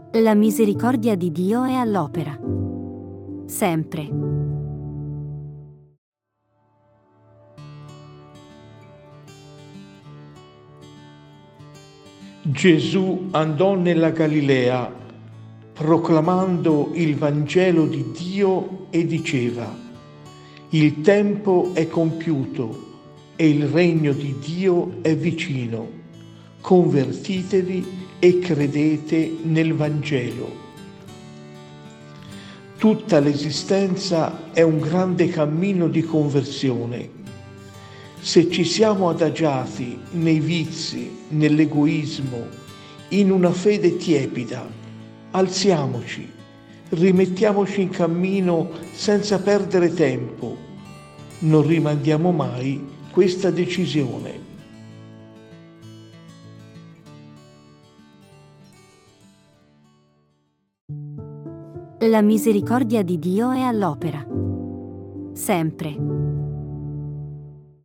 La misericordia di Dio è all'opera. Sempre. Gesù andò nella Galilea, proclamando il Vangelo di Dio e diceva: il tempo è compiuto e il regno di Dio è vicino. Convertitevi e credete nel Vangelo. Tutta l'esistenza è un grande cammino di conversione. Se ci siamo adagiati nei vizi, nell'egoismo, in una fede tiepida, alziamoci, rimettiamoci in cammino senza perdere tempo. Non rimandiamo mai questa decisione. La misericordia di Dio è all'opera. Sempre.